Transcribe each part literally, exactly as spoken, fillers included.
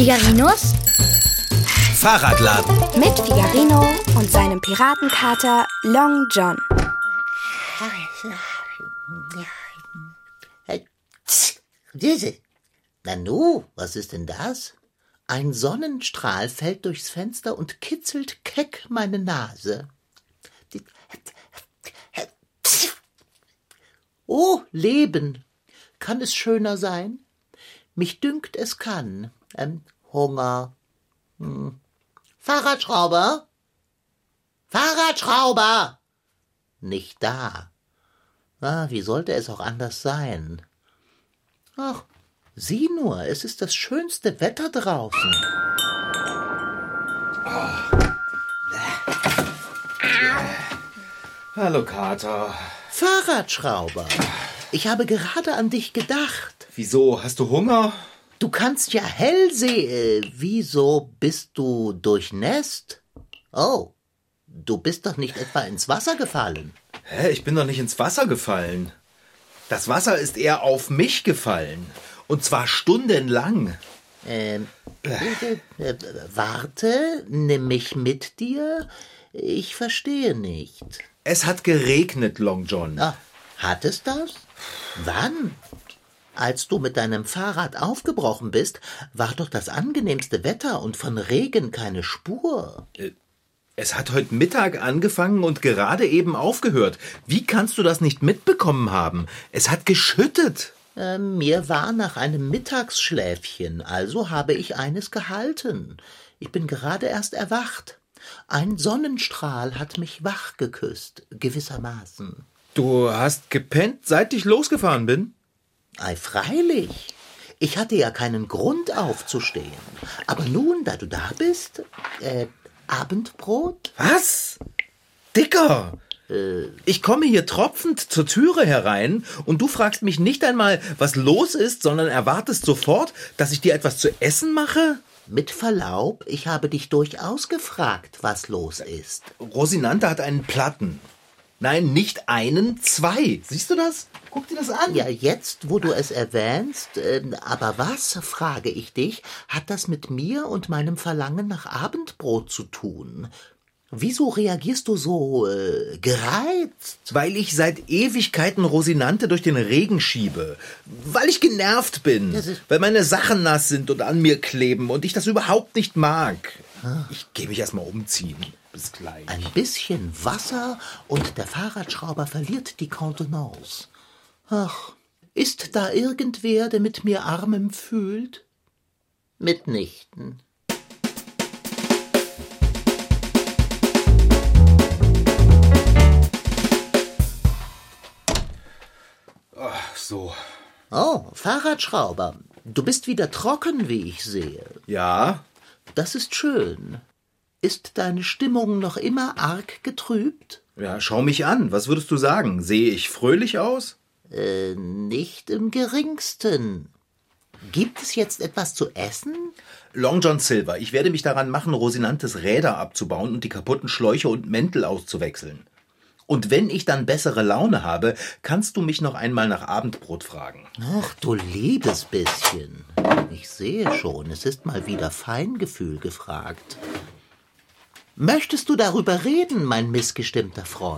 Figarinos Fahrradladen mit Figarino und seinem Piratenkater Long John. Nanu, was ist denn das? Ein Sonnenstrahl fällt durchs Fenster und kitzelt keck meine Nase. Oh, Leben! Kann es schöner sein? Mich dünkt, es kann. Ähm, Hunger. Hm. Fahrradschrauber? Fahrradschrauber! Nicht da. Ah, wie sollte es auch anders sein? Ach, sieh nur, es ist das schönste Wetter draußen. Hallo, Kater. Fahrradschrauber, ich habe gerade an dich gedacht. Wieso, hast du Hunger? Du kannst ja hell sehen. Wieso bist du durchnässt? Oh, du bist doch nicht etwa ins Wasser gefallen. Hä, ich bin doch nicht ins Wasser gefallen. Das Wasser ist eher auf mich gefallen. Und zwar stundenlang. Ähm, äh, äh, warte, nimm mich mit dir. Ich verstehe nicht. Es hat geregnet, Long John. Ah, hat es das? Wann? Als du mit deinem Fahrrad aufgebrochen bist, war doch das angenehmste Wetter und von Regen keine Spur. Es hat heute Mittag angefangen und gerade eben aufgehört. Wie kannst du das nicht mitbekommen haben? Es hat geschüttet. Äh, mir war nach einem Mittagsschläfchen, also habe ich eines gehalten. Ich bin gerade erst erwacht. Ein Sonnenstrahl hat mich wach geküsst, gewissermaßen. Du hast gepennt, seit ich losgefahren bin? Ei, freilich. Ich hatte ja keinen Grund aufzustehen. Aber nun, da du da bist, äh, Abendbrot? Was? Dicker! Äh, ich komme hier tropfend zur Türe herein und du fragst mich nicht einmal, was los ist, sondern erwartest sofort, dass ich dir etwas zu essen mache? Mit Verlaub, ich habe dich durchaus gefragt, was los ist. Rosinante hat einen Platten. Nein, nicht einen, zwei. Siehst du das? Guck dir das an. Ja, jetzt, wo du es erwähnst, äh, aber was, frage ich dich, hat das mit mir und meinem Verlangen nach Abendbrot zu tun? Wieso reagierst du so äh, gereizt? Weil ich seit Ewigkeiten Rosinante durch den Regen schiebe. Weil ich genervt bin. Weil meine Sachen nass sind und an mir kleben und ich das überhaupt nicht mag. Ah. Ich gehe mich erstmal umziehen. Bis gleich. Ein bisschen Wasser und der Fahrradschrauber verliert die Kontenance. Ach, ist da irgendwer, der mit mir Armem fühlt? Mitnichten. Ach, so. Oh, Fahrradschrauber, du bist wieder trocken, wie ich sehe. Ja? Das ist schön. Ist deine Stimmung noch immer arg getrübt? Ja, schau mich an. Was würdest du sagen? Sehe ich fröhlich aus? Äh, nicht im geringsten. Gibt es jetzt etwas zu essen? Long John Silver, ich werde mich daran machen, Rosinantes Räder abzubauen und die kaputten Schläuche und Mäntel auszuwechseln. Und wenn ich dann bessere Laune habe, kannst du mich noch einmal nach Abendbrot fragen. Ach, du liebes bisschen. Ich sehe schon, es ist mal wieder Feingefühl gefragt. Möchtest du darüber reden, mein missgestimmter Freund?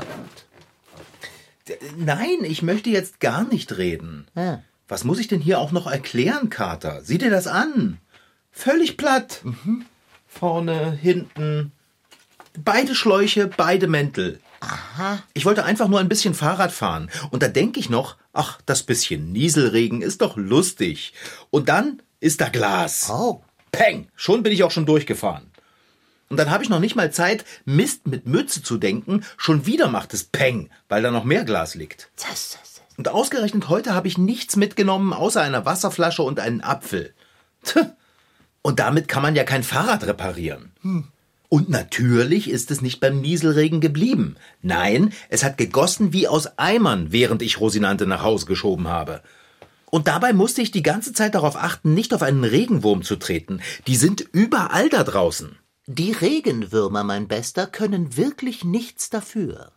Nein, ich möchte jetzt gar nicht reden. Ja. Was muss ich denn hier auch noch erklären, Kater? Sieh dir das an. Völlig platt. Mhm. Vorne, hinten. Beide Schläuche, beide Mäntel. Aha. Ich wollte einfach nur ein bisschen Fahrrad fahren. Und da denke ich noch, ach, das bisschen Nieselregen ist doch lustig. Und dann ist da Glas. Oh. Peng, schon bin ich auch schon durchgefahren. Und dann habe ich noch nicht mal Zeit, Mist mit Mütze zu denken. Schon wieder macht es Peng, weil da noch mehr Glas liegt. Und ausgerechnet heute habe ich nichts mitgenommen, außer einer Wasserflasche und einen Apfel. Und damit kann man ja kein Fahrrad reparieren. Hm. Und natürlich ist es nicht beim Nieselregen geblieben. Nein, es hat gegossen wie aus Eimern, während ich Rosinante nach Hause geschoben habe. Und dabei musste ich die ganze Zeit darauf achten, nicht auf einen Regenwurm zu treten. Die sind überall da draußen. Die Regenwürmer, mein Bester, können wirklich nichts dafür.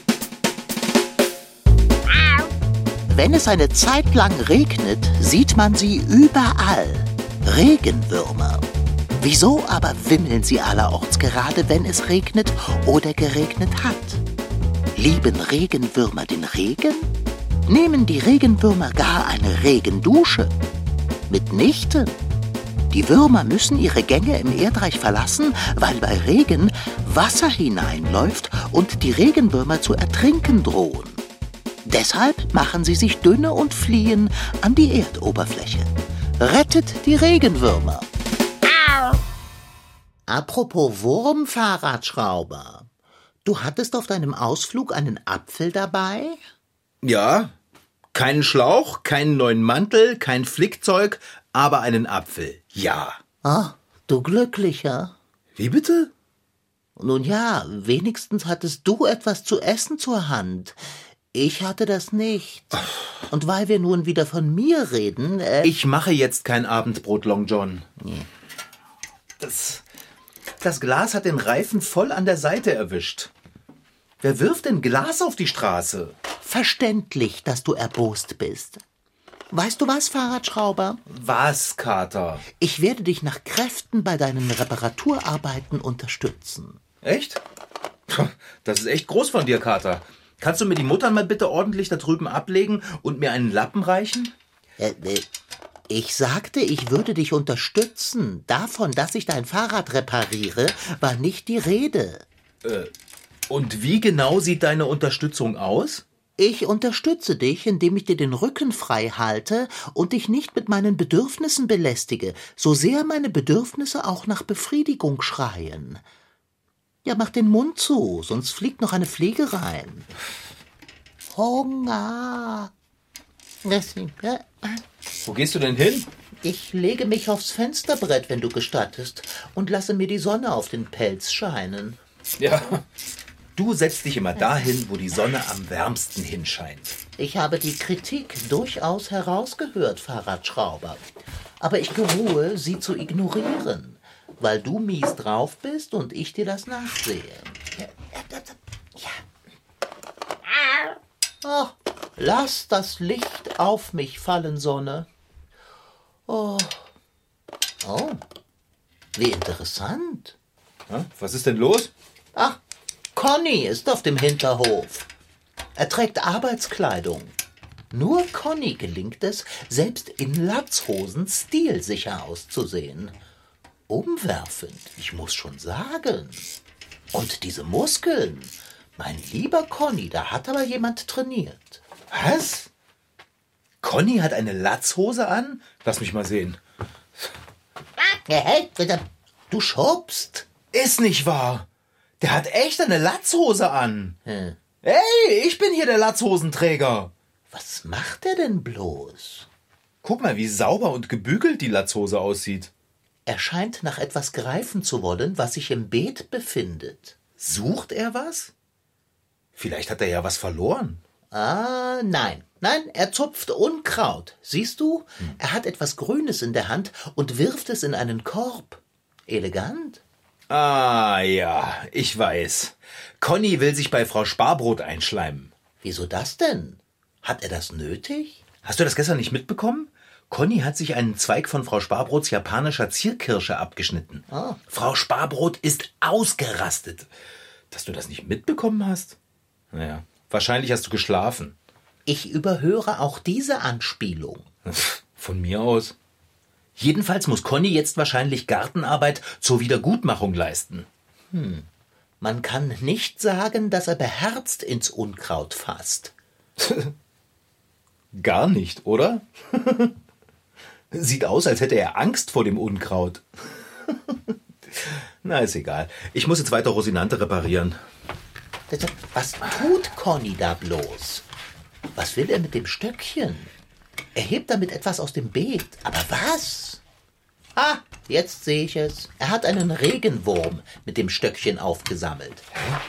Wenn es eine Zeit lang regnet, sieht man sie überall. Regenwürmer. Wieso aber wimmeln sie allerorts, gerade wenn es regnet oder geregnet hat? Lieben Regenwürmer den Regen? Nehmen die Regenwürmer gar eine Regendusche? Mitnichten. Die Würmer müssen ihre Gänge im Erdreich verlassen, weil bei Regen Wasser hineinläuft und die Regenwürmer zu ertrinken drohen. Deshalb machen sie sich dünne und fliehen an die Erdoberfläche. Rettet die Regenwürmer. Apropos Wurm, Fahrradschrauber. Du hattest auf deinem Ausflug einen Apfel dabei? Ja, keinen Schlauch, keinen neuen Mantel, kein Flickzeug, aber einen Apfel. Ja. Ah, du Glücklicher. Wie bitte? Nun ja, wenigstens hattest du etwas zu essen zur Hand. Ich hatte das nicht. Und weil wir nun wieder von mir reden... Äh ich mache jetzt kein Abendbrot, Long John. Nee. Das, das Glas hat den Reifen voll an der Seite erwischt. Wer wirft denn Glas auf die Straße? Verständlich, dass du erbost bist. Weißt du was, Fahrradschrauber? Was, Kater? Ich werde dich nach Kräften bei deinen Reparaturarbeiten unterstützen. Echt? Das ist echt groß von dir, Kater. Kannst du mir die Muttern mal bitte ordentlich da drüben ablegen und mir einen Lappen reichen? Äh, äh, ich sagte, ich würde dich unterstützen. Davon, dass ich dein Fahrrad repariere, war nicht die Rede. Äh, und wie genau sieht deine Unterstützung aus? Ich unterstütze dich, indem ich dir den Rücken frei halte und dich nicht mit meinen Bedürfnissen belästige, so sehr meine Bedürfnisse auch nach Befriedigung schreien. Ja, mach den Mund zu, sonst fliegt noch eine Fliege rein. Hunger. Wo gehst du denn hin? Ich lege mich aufs Fensterbrett, wenn du gestattest, und lasse mir die Sonne auf den Pelz scheinen. Ja, du setzt dich immer dahin, wo die Sonne am wärmsten hinscheint. Ich habe die Kritik durchaus herausgehört, Fahrradschrauber. Aber ich geruhe, sie zu ignorieren, weil du mies drauf bist und ich dir das nachsehe. Ja. Oh, lass das Licht auf mich fallen, Sonne. Oh. Oh. Wie interessant. Ja, was ist denn los? Ach, Conny ist auf dem Hinterhof. Er trägt Arbeitskleidung. Nur Conny gelingt es, selbst in Latzhosen stilsicher auszusehen. Umwerfend, ich muss schon sagen. Und diese Muskeln, mein lieber Conny, da hat aber jemand trainiert. Was? Conny hat eine Latzhose an? Lass mich mal sehen. Hey, du schubst. Ist nicht wahr. Der hat echt eine Latzhose an. Hm. Hey, ich bin hier der Latzhosenträger. Was macht er denn bloß? Guck mal, wie sauber und gebügelt die Latzhose aussieht. Er scheint nach etwas greifen zu wollen, was sich im Beet befindet. Sucht er was? Vielleicht hat er ja was verloren. Ah, nein. Nein, er zupft Unkraut. Siehst du? Hm. Er hat etwas Grünes in der Hand und wirft es in einen Korb. Elegant. Ah, ja, ich weiß. Conny will sich bei Frau Sparbrot einschleimen. Wieso das denn? Hat er das nötig? Hast du das gestern nicht mitbekommen? Conny hat sich einen Zweig von Frau Sparbrots japanischer Zierkirsche abgeschnitten. Ah. Frau Sparbrot ist ausgerastet. Dass du das nicht mitbekommen hast? Naja, wahrscheinlich hast du geschlafen. Ich überhöre auch diese Anspielung. Von mir aus. Jedenfalls muss Conny jetzt wahrscheinlich Gartenarbeit zur Wiedergutmachung leisten. Hm. Man kann nicht sagen, dass er beherzt ins Unkraut fasst. Gar nicht, oder? Sieht aus, als hätte er Angst vor dem Unkraut. Na, ist egal. Ich muss jetzt weiter Rosinante reparieren. Was tut Conny da bloß? Was will er mit dem Stöckchen? Er hebt damit etwas aus dem Beet. Aber was? Ah, jetzt sehe ich es. Er hat einen Regenwurm mit dem Stöckchen aufgesammelt.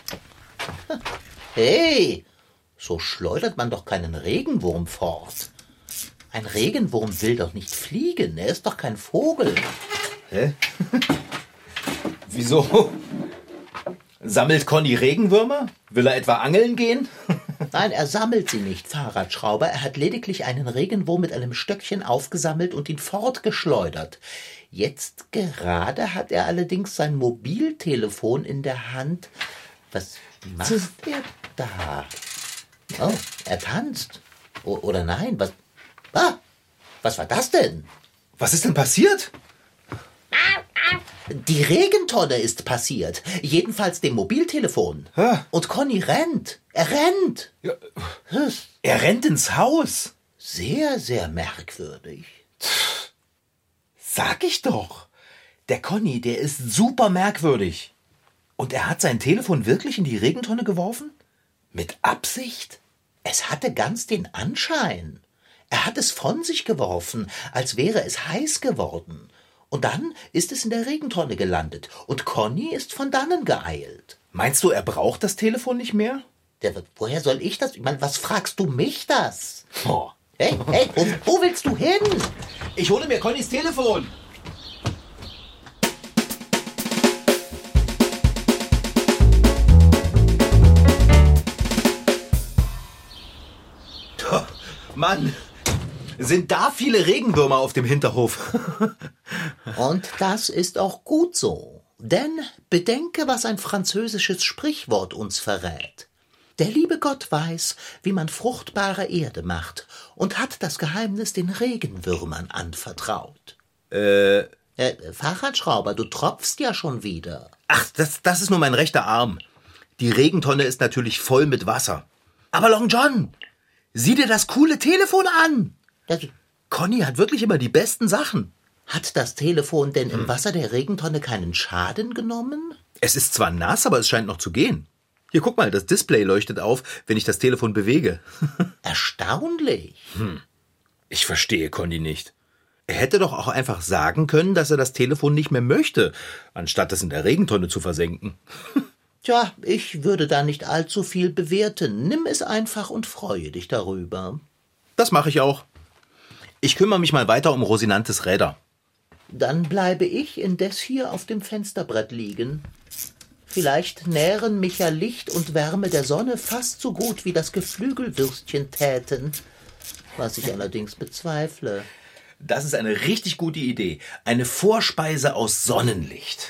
Hey, so schleudert man doch keinen Regenwurm fort. Ein Regenwurm will doch nicht fliegen. Er ist doch kein Vogel. Hä? Wieso? Sammelt Conny Regenwürmer? Will er etwa angeln gehen? Nein, er sammelt sie nicht, Fahrradschrauber. Er hat lediglich einen Regenwurm mit einem Stöckchen aufgesammelt und ihn fortgeschleudert. Jetzt gerade hat er allerdings sein Mobiltelefon in der Hand. Was macht er da? Oh, er tanzt. O- oder nein, was... Ah, was war das denn? Was ist denn passiert? Die Regentonne ist passiert. Jedenfalls dem Mobiltelefon. Ah. Und Conny rennt. Er rennt. Ja, er rennt ins Haus. Sehr, sehr merkwürdig. Sag ich doch. Der Conny, der ist super merkwürdig. Und er hat sein Telefon wirklich in die Regentonne geworfen? Mit Absicht? Es hatte ganz den Anschein. Er hat es von sich geworfen, als wäre es heiß geworden. Und dann ist es in der Regentonne gelandet. Und Conny ist von dannen geeilt. Meinst du, er braucht das Telefon nicht mehr? Der, woher soll ich das? Ich meine, was fragst du mich das? Oh. Hey, hey, wo, wo willst du hin? Ich hole mir Connys Telefon. Mann, sind da viele Regenwürmer auf dem Hinterhof? Und das ist auch gut so. Denn bedenke, was ein französisches Sprichwort uns verrät. Der liebe Gott weiß, wie man fruchtbare Erde macht und hat das Geheimnis den Regenwürmern anvertraut. Äh, Äh, Fahrradschrauber, du tropfst ja schon wieder. ach, das, das ist nur mein rechter Arm. Die Regentonne ist natürlich voll mit Wasser. Aber Long John, sieh dir das coole Telefon an. Das, Conny hat wirklich immer die besten Sachen. hat das Telefon denn im Wasser der Regentonne keinen Schaden genommen? Es ist zwar nass, aber es scheint noch zu gehen. Hier, guck mal, das Display leuchtet auf, wenn ich das Telefon bewege. Erstaunlich. Ich verstehe Conny nicht. Er hätte doch auch einfach sagen können, dass er das Telefon nicht mehr möchte, anstatt es in der Regentonne zu versenken. Tja, ich würde da nicht allzu viel bewerten. Nimm es einfach und freue dich darüber. Das mache ich auch. Ich kümmere mich mal weiter um Rosinantes Räder. Dann bleibe ich indes hier auf dem Fensterbrett liegen. Vielleicht nähren mich ja Licht und Wärme der Sonne fast so gut wie das Geflügelwürstchen täten, was ich allerdings bezweifle. Das ist eine richtig gute Idee. Eine Vorspeise aus Sonnenlicht.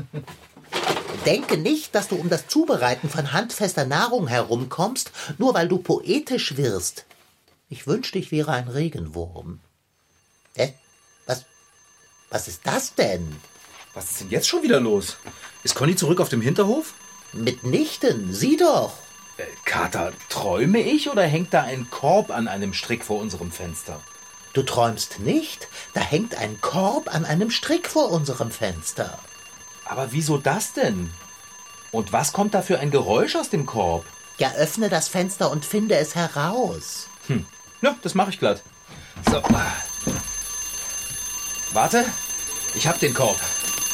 Denke nicht, dass du um das Zubereiten von handfester Nahrung herumkommst, nur weil du poetisch wirst. Ich wünschte, ich wäre ein Regenwurm. Hä? Was, was ist das denn? Was ist denn jetzt schon wieder los? Ist Conny zurück auf dem Hinterhof? Mitnichten, sieh doch. Äh, Kater, träume ich oder hängt da ein Korb an einem Strick vor unserem Fenster? Du träumst nicht, da hängt ein Korb an einem Strick vor unserem Fenster. Aber wieso das denn? Und was kommt da für ein Geräusch aus dem Korb? Ja, öffne das Fenster und finde es heraus. Hm, ja, das mache ich glatt. So. Warte, ich hab den Korb.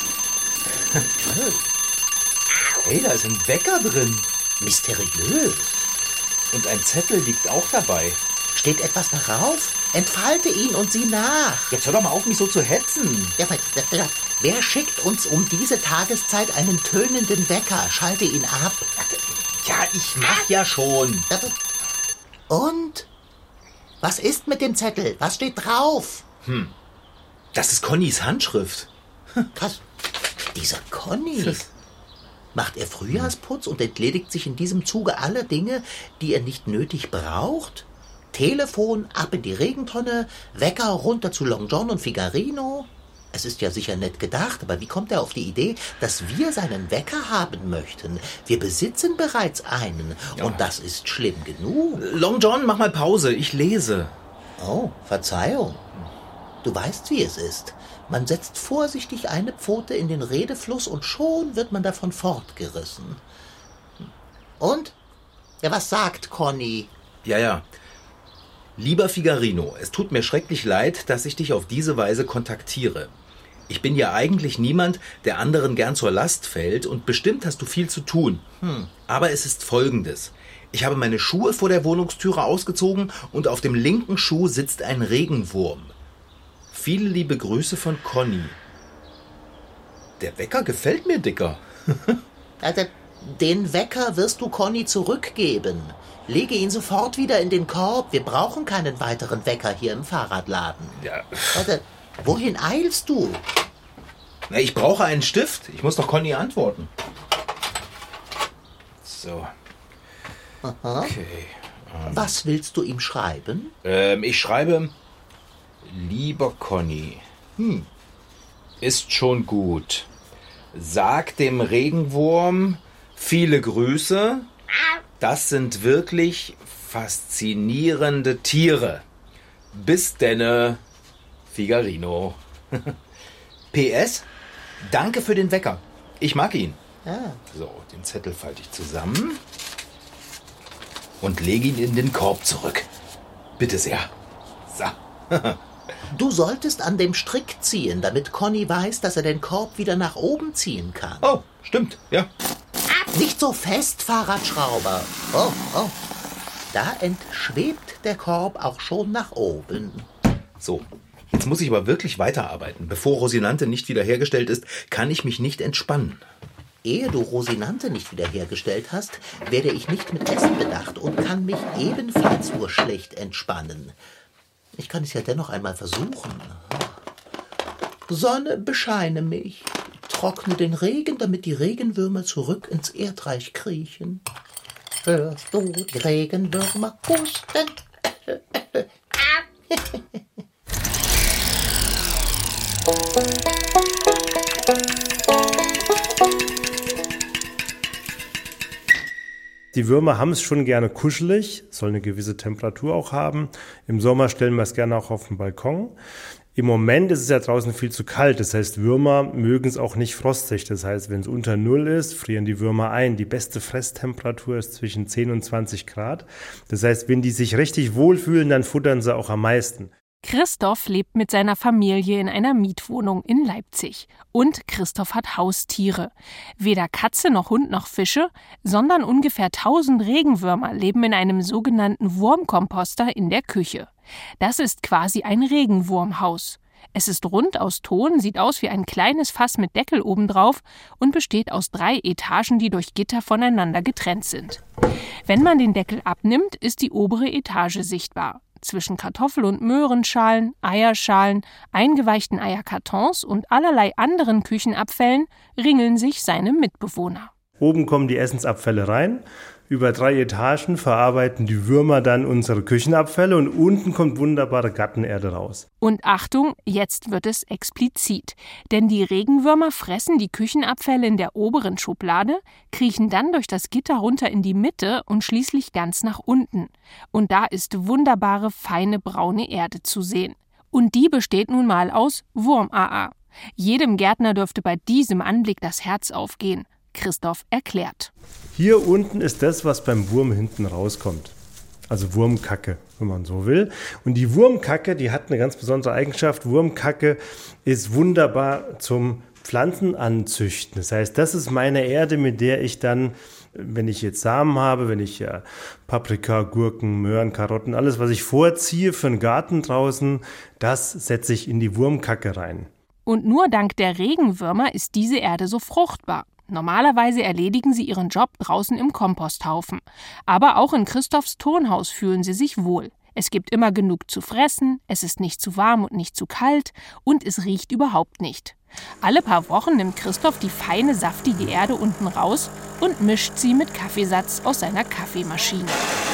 Hey, da ist ein Wecker drin. Mysteriös. Und ein Zettel liegt auch dabei. Steht etwas darauf? Entfalte ihn und sieh nach. Jetzt hör doch mal auf, mich so zu hetzen. Ja, aber, wer schickt uns um diese Tageszeit einen tönenden Wecker? Schalte ihn ab. Ja, ich mach ja schon. Und? Was ist mit dem Zettel? Was steht drauf? Hm, das ist Connys Handschrift. Was? Dieser Conny? Macht er Frühjahrsputz und entledigt sich in diesem Zuge aller Dinge, die er nicht nötig braucht? Telefon ab in die Regentonne, Wecker runter zu Long John und Figarino? Es ist ja sicher nett gedacht, aber wie kommt er auf die Idee, dass wir seinen Wecker haben möchten? Wir besitzen bereits einen, Ja. und das ist schlimm genug. Long John, mach mal Pause, ich lese. Oh, Verzeihung. Du weißt, wie es ist. Man setzt vorsichtig eine Pfote in den Redefluss und schon wird man davon fortgerissen. Und? Ja, was sagt Conny? Ja, ja. Lieber Figarino, es tut mir schrecklich leid, dass ich dich auf diese Weise kontaktiere. Ich bin ja eigentlich niemand, der anderen gern zur Last fällt, und bestimmt hast du viel zu tun. Hm. Aber es ist Folgendes. Ich habe meine Schuhe vor der Wohnungstüre ausgezogen und auf dem linken Schuh sitzt ein Regenwurm. Viele liebe Grüße von Conny. Der Wecker gefällt mir, Dicker. Also, den Wecker wirst du Conny zurückgeben. Lege ihn sofort wieder in den Korb. Wir brauchen keinen weiteren Wecker hier im Fahrradladen. Ja. Also, wohin eilst du? Na, ich brauche einen Stift. Ich muss doch Conny antworten. So. Aha. Okay. Was willst du ihm schreiben? Ähm, ich schreibe, lieber Conny, hm, ist schon gut. Sag dem Regenwurm viele Grüße. Das sind wirklich faszinierende Tiere. Bis denne, Figarino. P S, danke für den Wecker. Ich mag ihn. Ja. So, den Zettel falte ich zusammen und lege ihn in den Korb zurück. Bitte sehr. So. Du solltest an dem Strick ziehen, damit Conny weiß, dass er den Korb wieder nach oben ziehen kann. Oh, stimmt, ja. Nicht so fest, Fahrradschrauber. Oh, oh. Da entschwebt der Korb auch schon nach oben. So, jetzt muss ich aber wirklich weiterarbeiten. Bevor Rosinante nicht wiederhergestellt ist, kann ich mich nicht entspannen. Ehe du Rosinante nicht wiederhergestellt hast, werde ich nicht mit Essen bedacht und kann mich ebenfalls nur schlecht entspannen. Ich kann es ja dennoch einmal versuchen. Sonne, bescheine mich. Trockne den Regen, damit die Regenwürmer zurück ins Erdreich kriechen. Hörst du die Regenwürmer husten? Die Würmer haben es schon gerne kuschelig, soll eine gewisse Temperatur auch haben. Im Sommer stellen wir es gerne auch auf den Balkon. Im Moment ist es ja draußen viel zu kalt, das heißt, Würmer mögen es auch nicht frostig. Das heißt, wenn es unter Null ist, frieren die Würmer ein. Die beste Fresstemperatur ist zwischen zehn und zwanzig Grad. Das heißt, wenn die sich richtig wohlfühlen, dann futtern sie auch am meisten. Christoph lebt mit seiner Familie in einer Mietwohnung in Leipzig. Und Christoph hat Haustiere. Weder Katze noch Hund noch Fische, sondern ungefähr tausend Regenwürmer leben in einem sogenannten Wurmkomposter in der Küche. Das ist quasi ein Regenwurmhaus. Es ist rund aus Ton, sieht aus wie ein kleines Fass mit Deckel obendrauf und besteht aus drei Etagen, die durch Gitter voneinander getrennt sind. Wenn man den Deckel abnimmt, ist die obere Etage sichtbar. Zwischen Kartoffel- und Möhrenschalen, Eierschalen, eingeweichten Eierkartons und allerlei anderen Küchenabfällen ringeln sich seine Mitbewohner. Oben kommen die Essensabfälle rein. Über drei Etagen verarbeiten die Würmer dann unsere Küchenabfälle und unten kommt wunderbare Gartenerde raus. Und Achtung, jetzt wird es explizit. Denn die Regenwürmer fressen die Küchenabfälle in der oberen Schublade, kriechen dann durch das Gitter runter in die Mitte und schließlich ganz nach unten. Und da ist wunderbare, feine, braune Erde zu sehen. Und die besteht nun mal aus Wurm-A A. Jedem Gärtner dürfte bei diesem Anblick das Herz aufgehen. Christoph erklärt. Hier unten ist das, was beim Wurm hinten rauskommt. Also Wurmkacke, wenn man so will. Und die Wurmkacke, die hat eine ganz besondere Eigenschaft. Wurmkacke ist wunderbar zum Pflanzen anzüchten. Das heißt, das ist meine Erde, mit der ich dann, wenn ich jetzt Samen habe, wenn ich ja Paprika, Gurken, Möhren, Karotten, alles, was ich vorziehe für einen Garten draußen, das setze ich in die Wurmkacke rein. Und nur dank der Regenwürmer ist diese Erde so fruchtbar. Normalerweise erledigen sie ihren Job draußen im Komposthaufen. Aber auch in Christophs Turnhaus fühlen sie sich wohl. Es gibt immer genug zu fressen, es ist nicht zu warm und nicht zu kalt und es riecht überhaupt nicht. Alle paar Wochen nimmt Christoph die feine, saftige Erde unten raus und mischt sie mit Kaffeesatz aus seiner Kaffeemaschine.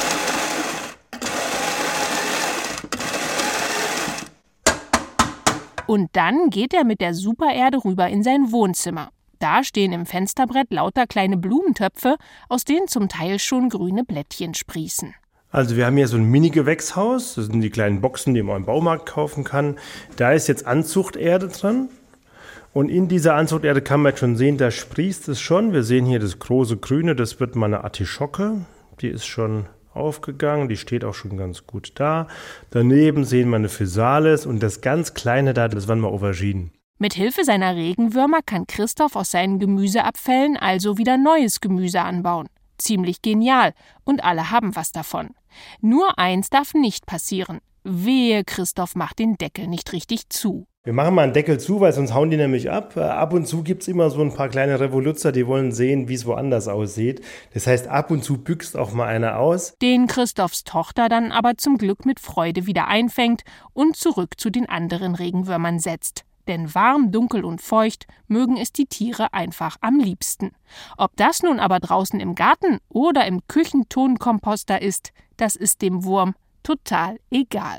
Und dann geht er mit der Supererde rüber in sein Wohnzimmer. Da stehen im Fensterbrett lauter kleine Blumentöpfe, aus denen zum Teil schon grüne Blättchen sprießen. Also wir haben hier so ein Mini-Gewächshaus, das sind die kleinen Boxen, die man im Baumarkt kaufen kann. Da ist jetzt Anzuchterde drin und in dieser Anzuchterde kann man jetzt schon sehen, da sprießt es schon. Wir sehen hier das große Grüne, das wird mal eine Artischocke, die ist schon aufgegangen, die steht auch schon ganz gut da. Daneben sehen wir eine Physalis und das ganz kleine da, das waren mal Auberginen. Mit Hilfe seiner Regenwürmer kann Christoph aus seinen Gemüseabfällen also wieder neues Gemüse anbauen. Ziemlich genial und alle haben was davon. Nur eins darf nicht passieren. Wehe, Christoph macht den Deckel nicht richtig zu. Wir machen mal einen Deckel zu, weil sonst hauen die nämlich ab. Ab und zu gibt es immer so ein paar kleine Revoluzzer, die wollen sehen, wie es woanders aussieht. Das heißt, ab und zu büchst auch mal einer aus. Den Christophs Tochter dann aber zum Glück mit Freude wieder einfängt und zurück zu den anderen Regenwürmern setzt. Denn warm, dunkel und feucht mögen es die Tiere einfach am liebsten. Ob das nun aber draußen im Garten oder im Küchentonkomposter ist, das ist dem Wurm total egal.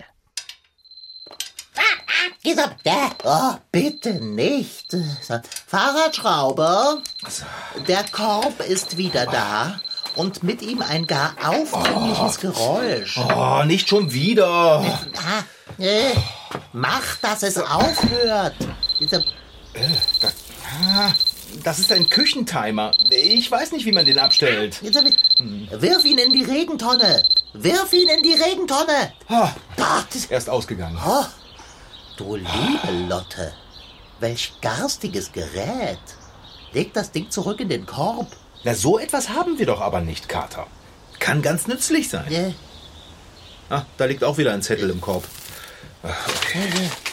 Oh, bitte nicht. Fahrradschrauber, der Korb ist wieder da und mit ihm ein gar aufdringliches Geräusch. Oh, nicht schon wieder. Ah, äh, mach, dass es aufhört. Das, das ist ein Küchentimer. Ich weiß nicht, wie man den abstellt. Wirf ihn in die Regentonne. Wirf ihn in die Regentonne. Oh, Gott. er ist ausgegangen. Oh, du liebe Lotte. Welch garstiges Gerät. Leg das Ding zurück in den Korb. Na, so etwas haben wir doch aber nicht, Kater. Kann ganz nützlich sein. Äh. Ah, da liegt auch wieder ein Zettel im Korb. Okay.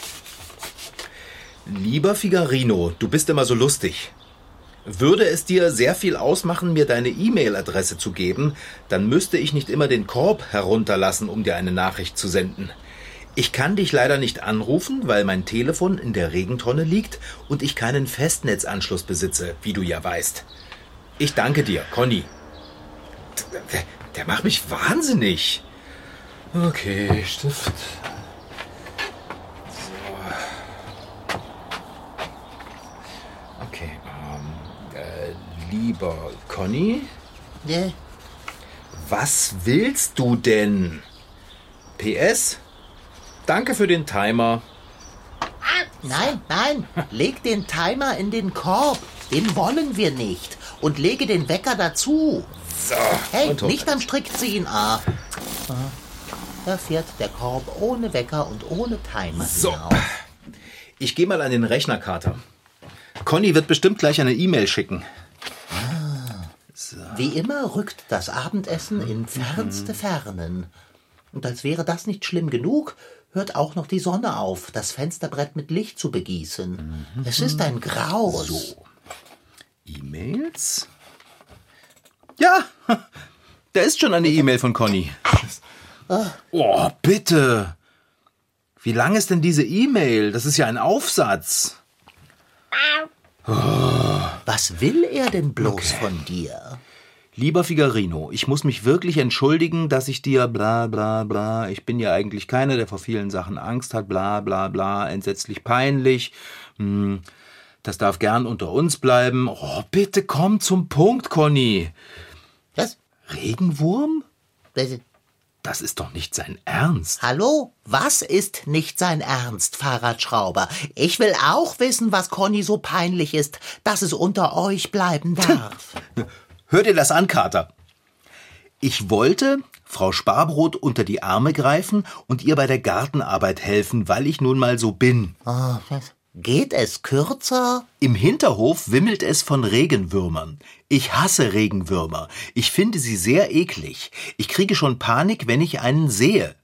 Lieber Figarino, du bist immer so lustig. Würde es dir sehr viel ausmachen, mir deine E-Mail-Adresse zu geben, dann müsste ich nicht immer den Korb herunterlassen, um dir eine Nachricht zu senden. Ich kann dich leider nicht anrufen, weil mein Telefon in der Regentonne liegt und ich keinen Festnetzanschluss besitze, wie du ja weißt. Ich danke dir, Conny. Der, der macht mich wahnsinnig. Okay, Stift. So. Okay, ähm, äh, lieber Conny. Äh. Was willst du denn? P S. Danke für den Timer. Nein, nein, leg den Timer in den Korb. Den wollen wir nicht. Und lege den Wecker dazu. So, hey, und nicht am Strick ziehen, ah. Da fährt der Korb ohne Wecker und ohne Timer so. hinaus. Ich gehe mal an den Rechner, Kater. Conny wird bestimmt gleich eine E-Mail schicken. Ah. So. Wie immer rückt das Abendessen in fernste Fernen. Und als wäre das nicht schlimm genug, hört auch noch die Sonne auf, das Fensterbrett mit Licht zu begießen. Mhm. Es ist ein Graus. So. E-Mails? Ja, da ist schon eine E-Mail von Conny. Oh, bitte. Wie lang ist denn diese E-Mail? Das ist ja ein Aufsatz. Oh. Was will er denn bloß okay. von dir? Lieber Figarino, ich muss mich wirklich entschuldigen, dass ich dir bla bla bla, ich bin ja eigentlich keiner, der vor vielen Sachen Angst hat, bla bla bla, entsetzlich peinlich. Hm, das darf gern unter uns bleiben. Oh, bitte komm zum Punkt, Conny. Was? Regenwurm? Das ist doch nicht sein Ernst. Hallo? Was ist nicht sein Ernst, Fahrradschrauber? Ich will auch wissen, was Conny so peinlich ist, dass es unter euch bleiben darf. Hör dir das an, Kater. Ich wollte Frau Sparbrot unter die Arme greifen und ihr bei der Gartenarbeit helfen, weil ich nun mal so bin. Oh, geht es kürzer? Im Hinterhof wimmelt es von Regenwürmern. Ich hasse Regenwürmer. Ich finde sie sehr eklig. Ich kriege schon Panik, wenn ich einen sehe.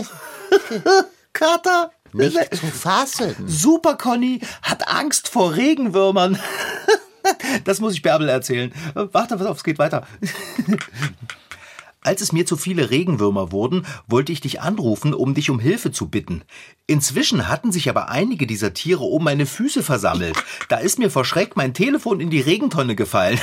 Kater? Nicht zu fassen. Super, Conny hat Angst vor Regenwürmern. Das muss ich Bärbel erzählen. Warte, pass auf, es geht weiter. Als es mir zu viele Regenwürmer wurden, wollte ich dich anrufen, um dich um Hilfe zu bitten. Inzwischen hatten sich aber einige dieser Tiere um meine Füße versammelt. Da ist mir vor Schreck mein Telefon in die Regentonne gefallen.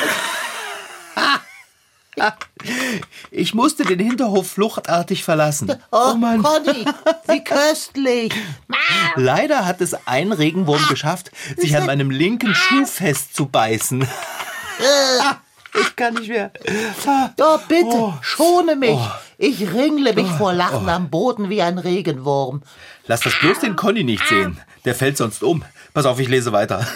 Ich musste den Hinterhof fluchtartig verlassen. Oh, oh Mann. Conny, wie köstlich. Leider hat es ein Regenwurm geschafft, sich an meinem linken Schuh festzubeißen. Ich kann nicht mehr. Oh, bitte, oh. schone mich. Oh. Ich ringle mich oh. vor Lachen oh. am Boden wie ein Regenwurm. Lass das bloß den Conny nicht sehen. Der fällt sonst um. Pass auf, ich lese weiter.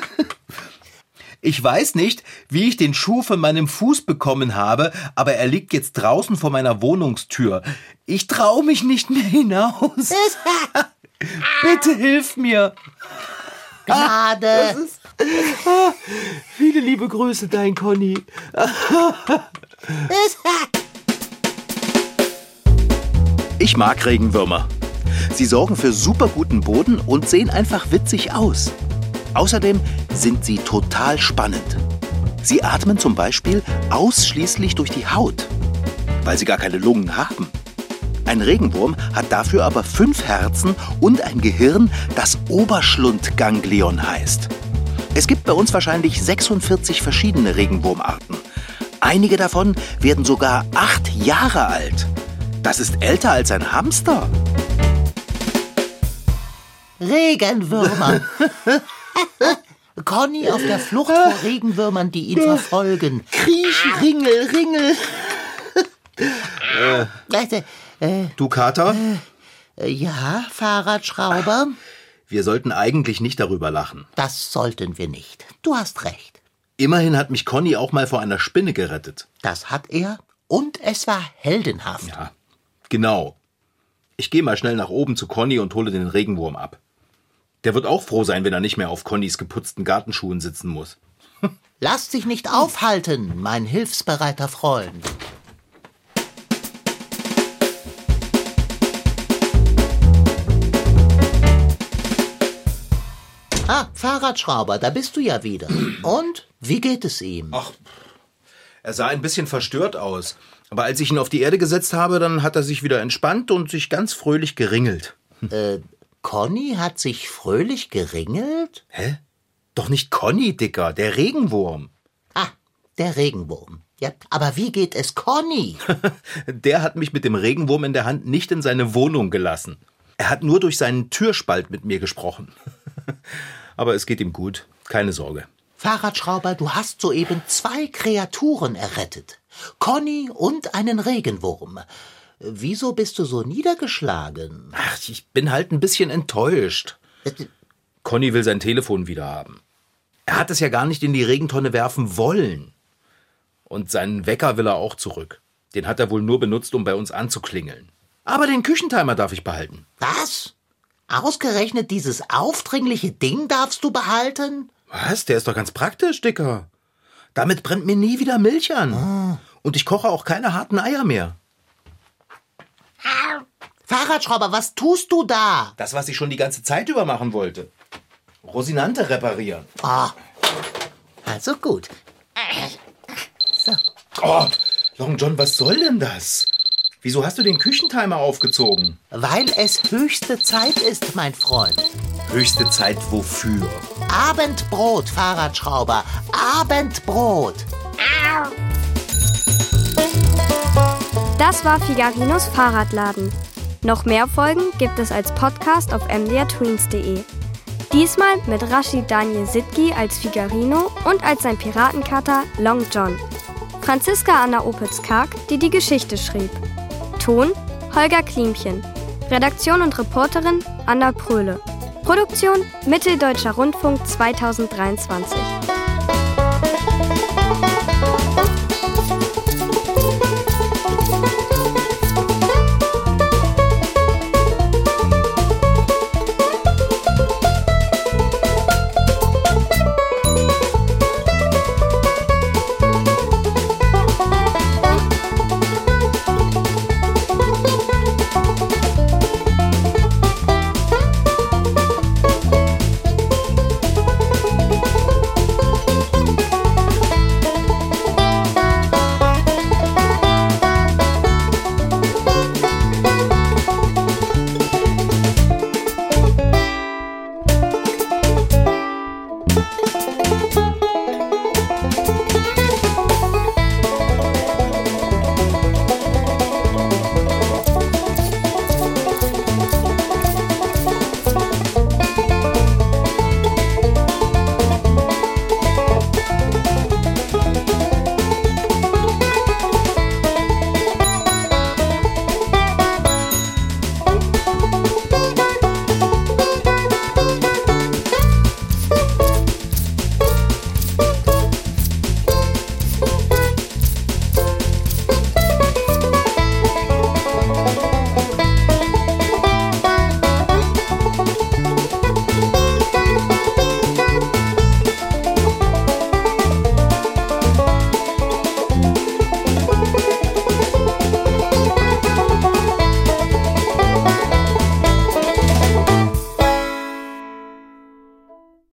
Ich weiß nicht, wie ich den Schuh von meinem Fuß bekommen habe, aber er liegt jetzt draußen vor meiner Wohnungstür. Ich traue mich nicht mehr hinaus. Bitte hilf mir. Gnade. Das ist, ah, viele liebe Grüße, dein Conny. Ich mag Regenwürmer. Sie sorgen für super guten Boden und sehen einfach witzig aus. Außerdem sind sie total spannend. Sie atmen zum Beispiel ausschließlich durch die Haut, weil sie gar keine Lungen haben. Ein Regenwurm hat dafür aber fünf Herzen und ein Gehirn, das Oberschlundganglion heißt. Es gibt bei uns wahrscheinlich sechsundvierzig verschiedene Regenwurmarten. Einige davon werden sogar acht Jahre alt. Das ist älter als ein Hamster. Regenwürmer. Conny auf der Flucht vor Regenwürmern, die ihn verfolgen. Kriech, Ringel, Ringel. Äh, äh, du, Kater? Äh, ja, Fahrradschrauber? Wir sollten eigentlich nicht darüber lachen. Das sollten wir nicht. Du hast recht. Immerhin hat mich Conny auch mal vor einer Spinne gerettet. Das hat er und es war heldenhaft. Ja, genau. Ich gehe mal schnell nach oben zu Conny und hole den Regenwurm ab. Der wird auch froh sein, wenn er nicht mehr auf Connys geputzten Gartenschuhen sitzen muss. Lass dich nicht aufhalten, mein hilfsbereiter Freund. Ah, Fahrradschrauber, da bist du ja wieder. Und, wie geht es ihm? Ach, er sah ein bisschen verstört aus. Aber als ich ihn auf die Erde gesetzt habe, dann hat er sich wieder entspannt und sich ganz fröhlich geringelt. Äh, Conny hat sich fröhlich geringelt? Hä? Doch nicht Conny, Dicker, der Regenwurm. Ah, der Regenwurm. Ja, aber wie geht es Conny? Der hat mich mit dem Regenwurm in der Hand nicht in seine Wohnung gelassen. Er hat nur durch seinen Türspalt mit mir gesprochen. Aber es geht ihm gut, keine Sorge. Fahrradschrauber, du hast soeben zwei Kreaturen errettet. Conny und einen Regenwurm. Wieso bist du so niedergeschlagen? Ach, ich bin halt ein bisschen enttäuscht. Conny will sein Telefon wieder haben. Er hat es ja gar nicht in die Regentonne werfen wollen. Und seinen Wecker will er auch zurück. Den hat er wohl nur benutzt, um bei uns anzuklingeln. Aber den Küchentimer darf ich behalten. Was? Ausgerechnet dieses aufdringliche Ding darfst du behalten? Was? Der ist doch ganz praktisch, Dicker. Damit brennt mir nie wieder Milch an. Ah. Und ich koche auch keine harten Eier mehr. Fahrradschrauber, was tust du da? Das, was ich schon die ganze Zeit über machen wollte. Rosinante reparieren. Ah, also gut. So. Oh, Long John, was soll denn das? Wieso hast du den Küchentimer aufgezogen? Weil es höchste Zeit ist, mein Freund. Höchste Zeit wofür? Abendbrot, Fahrradschrauber. Abendbrot. Das war Figarinos Fahrradladen. Noch mehr Folgen gibt es als Podcast auf m d r tweens punkt d e. Diesmal mit Rashid Daniel Sidgi als Figarino und als sein Piratenkater Long John. Franziska Anna Opitz-Karg, die die Geschichte schrieb. Ton Holger Klimchen. Redaktion und Reporterin Anna Pröhle. Produktion Mitteldeutscher Rundfunk zweitausenddreiundzwanzig.